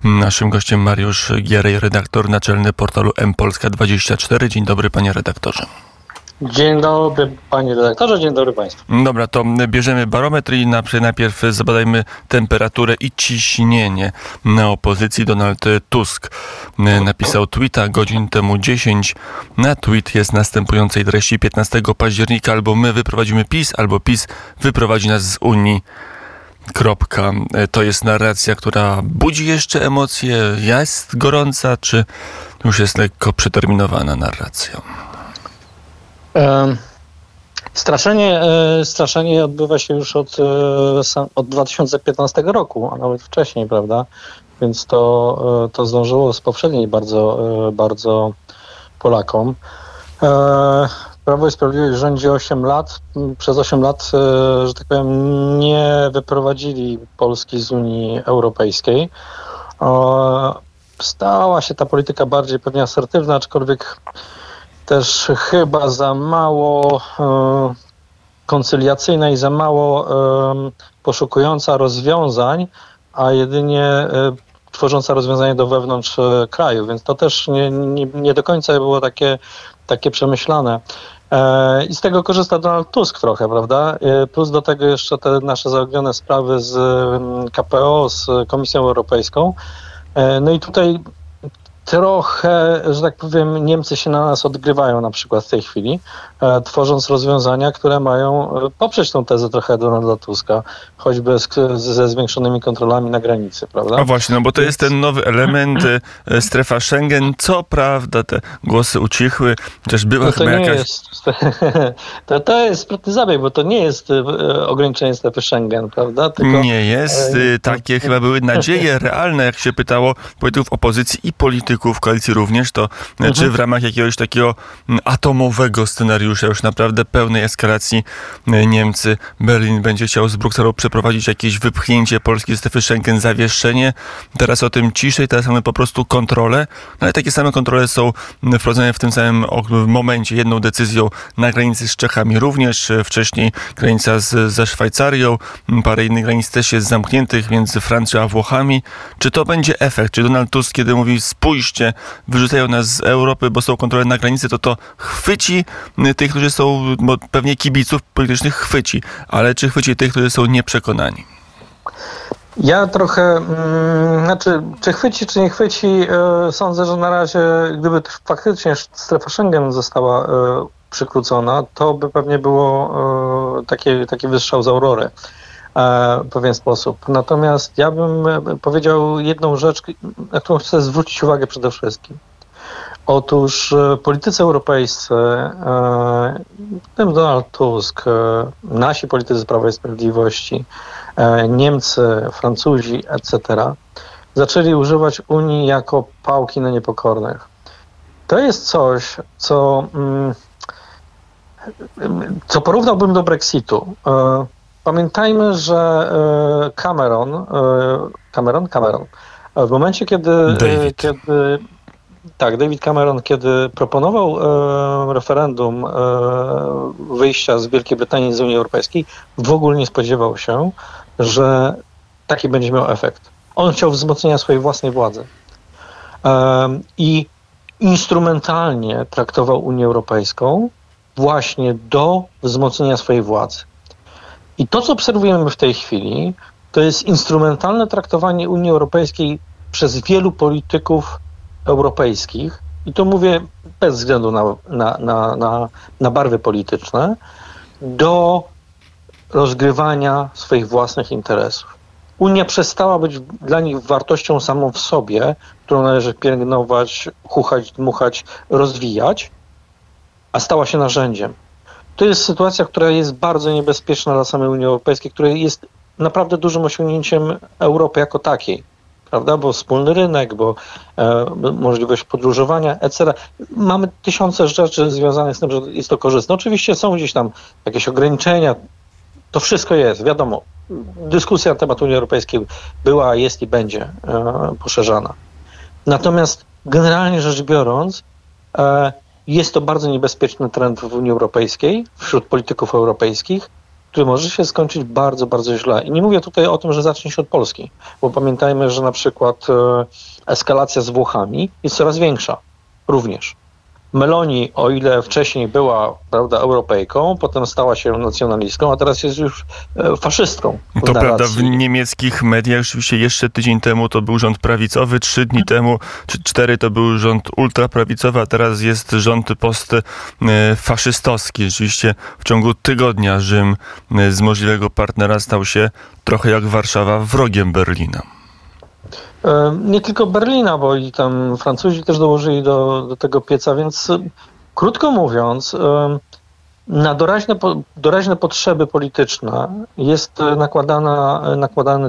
Naszym gościem Mariusz Gierej, redaktor naczelny portalu mPolska24. Dzień dobry, panie redaktorze. Dzień dobry, panie redaktorze, dzień dobry państwu. Dobra, to bierzemy barometr i najpierw zabadajmy temperaturę i ciśnienie na opozycji. Donald Tusk napisał tweeta godzin temu 10. Na tweet jest następującej treści: 15 października albo my wyprowadzimy PiS, albo PiS wyprowadzi nas z Unii. Kropka. To jest narracja, która budzi jeszcze emocje, jest gorąca, czy już jest lekko przeterminowana narracja? Straszenie odbywa się już od 2015 roku, a nawet wcześniej, prawda? Więc to zdążyło z poprzedniej bardzo Polakom. Prawo i Sprawiedliwość rządzi 8 lat. Przez 8 lat, że tak powiem, nie wyprowadzili Polski z Unii Europejskiej. Stała się ta polityka bardziej pewnie asertywna, aczkolwiek też chyba za mało koncyliacyjna i za mało poszukująca rozwiązań, a jedynie tworząca rozwiązanie do wewnątrz kraju, więc to też nie do końca było takie przemyślane. I z tego korzysta Donald Tusk trochę, prawda? Plus do tego jeszcze te nasze zaognione sprawy z KPO, z Komisją Europejską. No i tutaj trochę, że tak powiem, Niemcy się na nas odgrywają na przykład w tej chwili, tworząc rozwiązania, które mają poprzeć tą tezę trochę Donalda Tuska, choćby ze zwiększonymi kontrolami na granicy, prawda? A właśnie, no bo to jest ten nowy element, strefa Schengen. Co prawda te głosy ucichły, chociaż była no chyba jakaś... To jest sprytny zabieg, bo to nie jest ograniczenie strefy Schengen, prawda? Tylko, nie jest. Takie chyba były nadzieje realne, jak się pytało polityków opozycji i polityków koalicji również, to czy w ramach jakiegoś takiego atomowego scenariusza, już naprawdę pełnej eskalacji, Niemcy, Berlin będzie chciał z Brukselą przeprowadzić jakieś wypchnięcie Polski ze strefy Schengen, zawieszenie. Teraz o tym ciszej, teraz mamy po prostu kontrole, no ale takie same kontrole są wprowadzone w tym samym momencie, jedną decyzją na granicy z Czechami również, wcześniej granica ze Szwajcarią, parę innych granic też jest zamkniętych między Francją a Włochami. Czy to będzie efekt? Czy Donald Tusk, kiedy mówi spójrzcie, wyrzucają nas z Europy, bo są kontrole na granicy, to chwyci tych, którzy są, bo pewnie kibiców politycznych chwyci, ale czy chwyci tych, którzy są nieprzekonani? Ja trochę, czy chwyci, czy nie chwyci, sądzę, że na razie, gdyby faktycznie strefa Schengen została przykrócona, to by pewnie było taki wystrzał z aurory w pewien sposób. Natomiast ja bym powiedział jedną rzecz, na którą chcę zwrócić uwagę przede wszystkim. Otóż politycy europejscy, w tym Donald Tusk, nasi politycy Prawa i Sprawiedliwości, Niemcy, Francuzi, etc., zaczęli używać Unii jako pałki na niepokornych. To jest coś, co porównałbym do Brexitu. Pamiętajmy, że Cameron, w momencie, David Cameron, kiedy proponował referendum wyjścia z Wielkiej Brytanii z Unii Europejskiej, w ogóle nie spodziewał się, że taki będzie miał efekt. On chciał wzmocnienia swojej własnej władzy. I instrumentalnie traktował Unię Europejską właśnie do wzmocnienia swojej władzy. I to, co obserwujemy w tej chwili, to jest instrumentalne traktowanie Unii Europejskiej przez wielu polityków europejskich, i to mówię bez względu na barwy polityczne, do rozgrywania swoich własnych interesów. Unia przestała być dla nich wartością samą w sobie, którą należy pielęgnować, chuchać, dmuchać, rozwijać, a stała się narzędziem. To jest sytuacja, która jest bardzo niebezpieczna dla samej Unii Europejskiej, która jest naprawdę dużym osiągnięciem Europy jako takiej, prawda? Bo wspólny rynek, bo możliwość podróżowania, etc. Mamy tysiące rzeczy związanych z tym, że jest to korzystne. Oczywiście są gdzieś tam jakieś ograniczenia, to wszystko jest, wiadomo. Dyskusja na temat Unii Europejskiej była, jest i będzie poszerzana. Natomiast generalnie rzecz biorąc, jest to bardzo niebezpieczny trend w Unii Europejskiej, wśród polityków europejskich, który może się skończyć bardzo, bardzo źle. I nie mówię tutaj o tym, że zacznie się od Polski, bo pamiętajmy, że na przykład eskalacja z Włochami jest coraz większa również. Meloni, o ile wcześniej była, prawda, Europejką, potem stała się nacjonalistką, a teraz jest już faszystką. To prawda, w niemieckich mediach rzeczywiście jeszcze tydzień temu to był rząd prawicowy, 3 dni temu, czy 4 to był rząd ultraprawicowy, a teraz jest rząd postfaszystowski. Rzeczywiście w ciągu tygodnia Rzym z możliwego partnera stał się trochę jak Warszawa wrogiem Berlina. Nie tylko Berlina, bo i tam Francuzi też dołożyli do tego pieca, więc krótko mówiąc, na doraźne potrzeby polityczne jest nakładany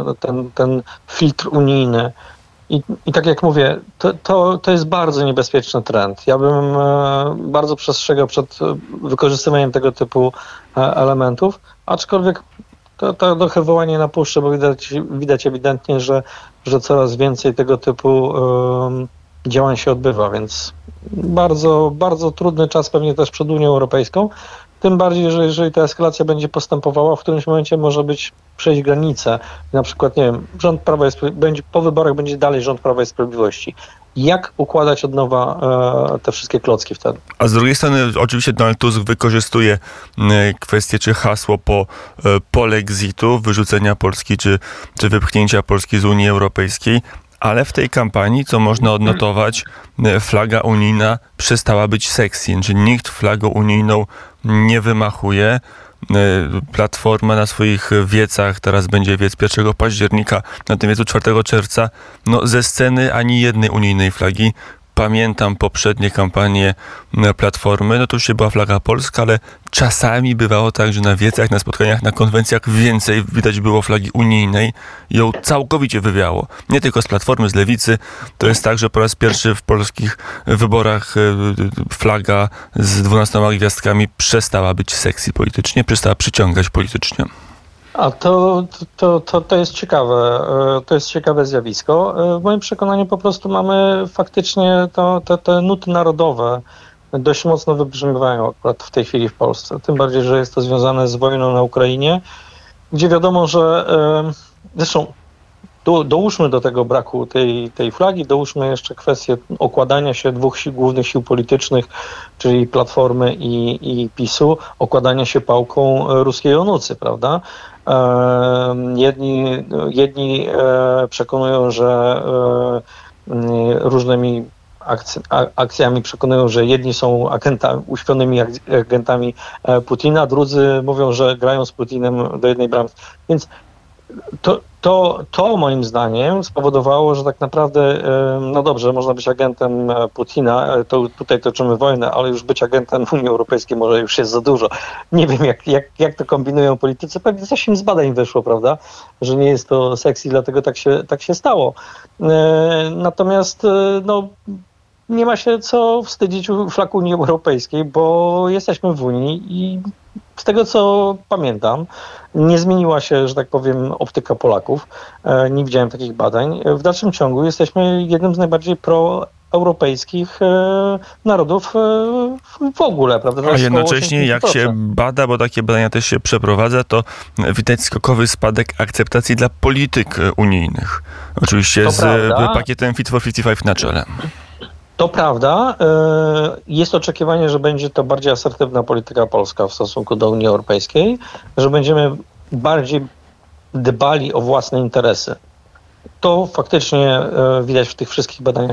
ten filtr unijny. I tak jak mówię, to jest bardzo niebezpieczny trend. Ja bym bardzo przestrzegał przed wykorzystywaniem tego typu elementów, aczkolwiek to trochę wołanie na puszczy, bo widać ewidentnie, że coraz więcej tego typu działań się odbywa, więc bardzo, bardzo trudny czas pewnie też przed Unią Europejską. Tym bardziej, że jeżeli ta eskalacja będzie postępowała, w którymś momencie może przejść granicę. Na przykład, nie wiem, rząd Prawa i Sprawiedliwości, po wyborach będzie dalej rząd Prawa i Sprawiedliwości. Jak układać od nowa te wszystkie klocki wtedy? A z drugiej strony oczywiście Donald Tusk wykorzystuje kwestię czy hasło polexitu, wyrzucenia Polski czy wypchnięcia Polski z Unii Europejskiej, ale w tej kampanii, co można odnotować, flaga unijna przestała być sexy, czyli nikt flagą unijną nie wymachuje. Platforma na swoich wiecach, teraz będzie wiec 1 października, na tym wiecu 4 czerwca, ze sceny ani jednej unijnej flagi. Pamiętam poprzednie kampanie Platformy, to już się była flaga polska, ale czasami bywało tak, że na wiecach, na spotkaniach, na konwencjach więcej widać było flagi unijnej. Ją całkowicie wywiało. Nie tylko z Platformy, z Lewicy. To jest tak, że po raz pierwszy w polskich wyborach flaga z 12 gwiazdkami przestała być sexy politycznie, przestała przyciągać politycznie. A to jest ciekawe. To jest ciekawe zjawisko. W moim przekonaniu po prostu mamy faktycznie te nuty narodowe dość mocno wybrzmiewają akurat w tej chwili w Polsce. Tym bardziej, że jest to związane z wojną na Ukrainie, gdzie wiadomo, że zresztą dołóżmy do tego braku tej flagi, dołóżmy jeszcze kwestię okładania się dwóch głównych sił politycznych, czyli Platformy i PiS-u, okładania się pałką ruskiej onucy, prawda? Jedni przekonują, że różnymi akcjami przekonują, że jedni są uśpionymi agentami Putina, drudzy mówią, że grają z Putinem do jednej bramki. Więc to moim zdaniem spowodowało, że tak naprawdę, no dobrze, można być agentem Putina, to tutaj toczymy wojnę, ale już być agentem Unii Europejskiej może już jest za dużo. Nie wiem, jak to kombinują politycy. Pewnie coś im z badań wyszło, prawda, że nie jest to sexy, dlatego tak się stało. Natomiast nie ma się co wstydzić flag Unii Europejskiej, bo jesteśmy w Unii i z tego, co pamiętam, nie zmieniła się, że tak powiem, optyka Polaków. Nie widziałem takich badań. W dalszym ciągu jesteśmy jednym z najbardziej proeuropejskich narodów w ogóle, prawda? A jednocześnie jak się bada, bo takie badania też się przeprowadza, to widać skokowy spadek akceptacji dla polityk unijnych. Oczywiście to z prawda. Pakietem Fit for 55 na czele. To prawda. Jest oczekiwanie, że będzie to bardziej asertywna polityka polska w stosunku do Unii Europejskiej, że będziemy bardziej dbali o własne interesy. To faktycznie widać w tych wszystkich badaniach,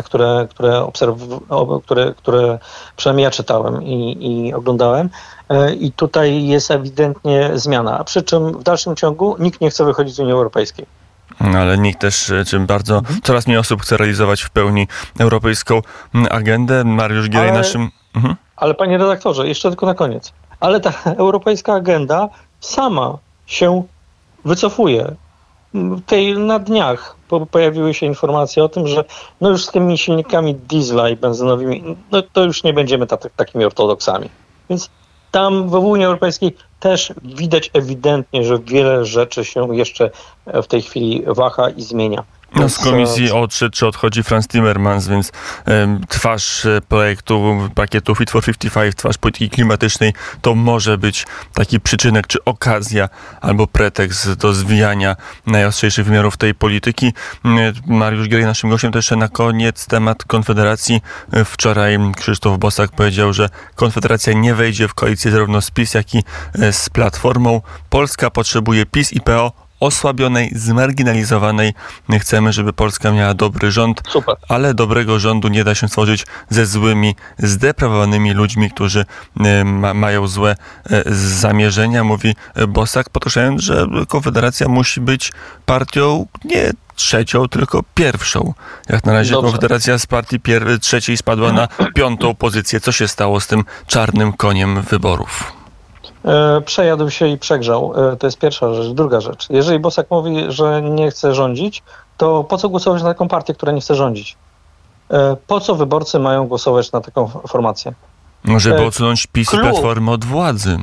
które przynajmniej ja czytałem i oglądałem. I tutaj jest ewidentnie zmiana. Przy czym w dalszym ciągu nikt nie chce wychodzić z Unii Europejskiej. Ale nikt też, coraz mniej osób chce realizować w pełni europejską agendę. Mariusz Gierej naszym... Ale panie redaktorze, jeszcze tylko na koniec. Ale ta europejska agenda sama się wycofuje. Na dniach pojawiły się informacje o tym, że już z tymi silnikami diesla i benzynowymi, to już nie będziemy takimi ortodoksami. Więc tam w Unii Europejskiej też widać ewidentnie, że wiele rzeczy się jeszcze w tej chwili waha i zmienia. No, z komisji odszedł, czy odchodzi Frans Timmermans, więc twarz pakietu Fit for 55, twarz polityki klimatycznej, to może być taki przyczynek, czy okazja, albo pretekst do zwijania najostrzejszych wymiarów tej polityki. Mariusz Gierej naszym gościem. To jeszcze na koniec temat Konfederacji. Wczoraj Krzysztof Bosak powiedział, że Konfederacja nie wejdzie w koalicję zarówno z PiS, jak i z Platformą. Polska potrzebuje PiS i PO osłabionej, zmarginalizowanej. Chcemy, żeby Polska miała dobry rząd, Super. Ale dobrego rządu nie da się stworzyć ze złymi, zdeprawowanymi ludźmi, którzy mają złe zamierzenia, mówi Bosak, podkreślając, że Konfederacja musi być partią nie trzecią, tylko pierwszą. Jak na razie Dobrze. Konfederacja z partii trzeciej spadła na 5. pozycję. Co się stało z tym czarnym koniem wyborów? Przejadł się i przegrzał. To jest pierwsza rzecz. Druga rzecz. Jeżeli Bosak mówi, że nie chce rządzić, to po co głosować na taką partię, która nie chce rządzić? Po co wyborcy mają głosować na taką formację? Żeby odsunąć PiS i Platformę od władzy.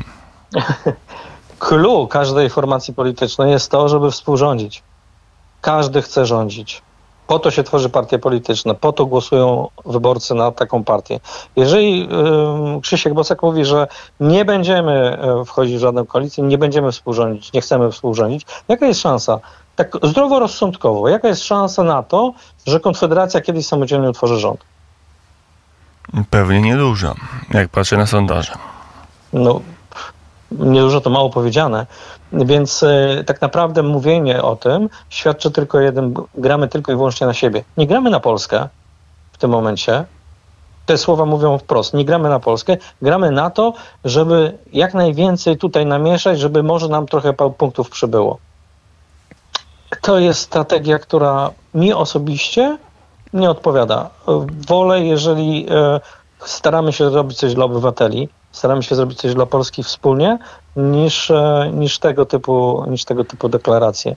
Clou każdej formacji politycznej jest to, żeby współrządzić. Każdy chce rządzić. Po to się tworzy partie polityczne, po to głosują wyborcy na taką partię. Jeżeli Krzysiek Bosak mówi, że nie będziemy wchodzić w żadną koalicję, nie będziemy współrządzić, nie chcemy współrządzić, jaka jest szansa? Tak zdroworozsądkowo, jaka jest szansa na to, że Konfederacja kiedyś samodzielnie utworzy rząd? Pewnie nieduża, jak patrzę na sondaże. No, niedużo to mało powiedziane, więc tak naprawdę mówienie o tym świadczy tylko gramy tylko i wyłącznie na siebie. Nie gramy na Polskę w tym momencie. Te słowa mówią wprost. Nie gramy na Polskę, gramy na to, żeby jak najwięcej tutaj namieszać, żeby może nam trochę punktów przybyło. To jest strategia, która mi osobiście nie odpowiada. Wolę, jeżeli staramy się zrobić coś dla obywateli, staramy się zrobić coś dla Polski wspólnie, niż tego typu deklaracje.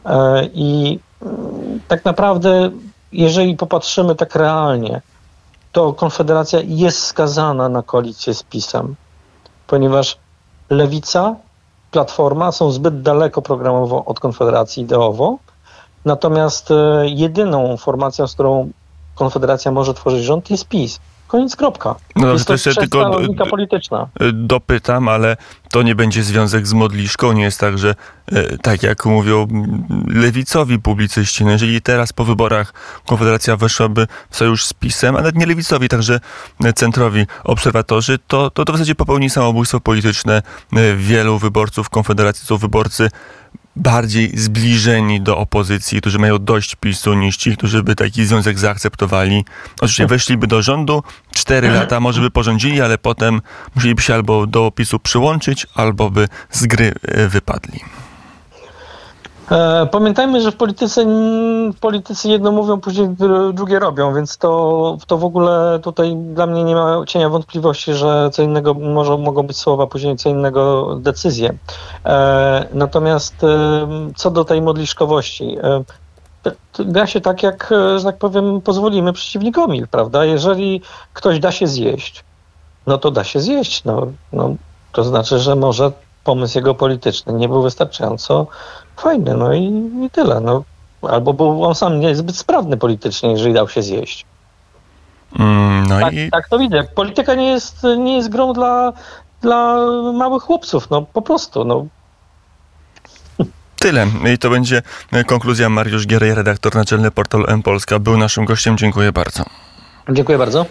I tak naprawdę, jeżeli popatrzymy tak realnie, to Konfederacja jest skazana na koalicję z PiS-em, ponieważ Lewica, Platforma są zbyt daleko programowo od Konfederacji ideowo, natomiast jedyną formacją, z którą Konfederacja może tworzyć rząd, jest PiS. Koniec, kropka. No jest dobrze, to tylko logika polityczna. Dopytam, ale to nie będzie związek z modliszką. Nie jest tak, że tak jak mówią lewicowi publicyści, no jeżeli teraz po wyborach Konfederacja weszłaby w sojusz z PiS-em, a nawet nie lewicowi, także centrowi obserwatorzy, to w zasadzie popełni samobójstwo polityczne. Wielu wyborców Konfederacji są wyborcy bardziej zbliżeni do opozycji, którzy mają dość PiS-u, niż ci, którzy by taki związek zaakceptowali. Oczywiście weszliby do rządu, 4 lata może by porządzili, ale potem musieliby się albo do PiS-u przyłączyć, albo by z gry wypadli. Pamiętajmy, że w politycy jedno mówią, później drugie robią, więc to w ogóle tutaj dla mnie nie ma cienia wątpliwości, że co innego mogą być słowa, później co innego decyzje. Natomiast co do tej modliszkowości, gra się tak, jak, że tak powiem, pozwolimy przeciwnikowi, prawda? Jeżeli ktoś da się zjeść, no to da się zjeść. No, to znaczy, że może pomysł jego polityczny nie był wystarczająco fajny, no i tyle. No. Albo był on sam niezbyt sprawny politycznie, jeżeli dał się zjeść. Tak to widzę. Polityka nie jest grą dla małych chłopców, no po prostu. No. Tyle. I to będzie konkluzja. Mariusz Gierej, redaktor naczelny portalu mPolska, był naszym gościem. Dziękuję bardzo. Dziękuję bardzo.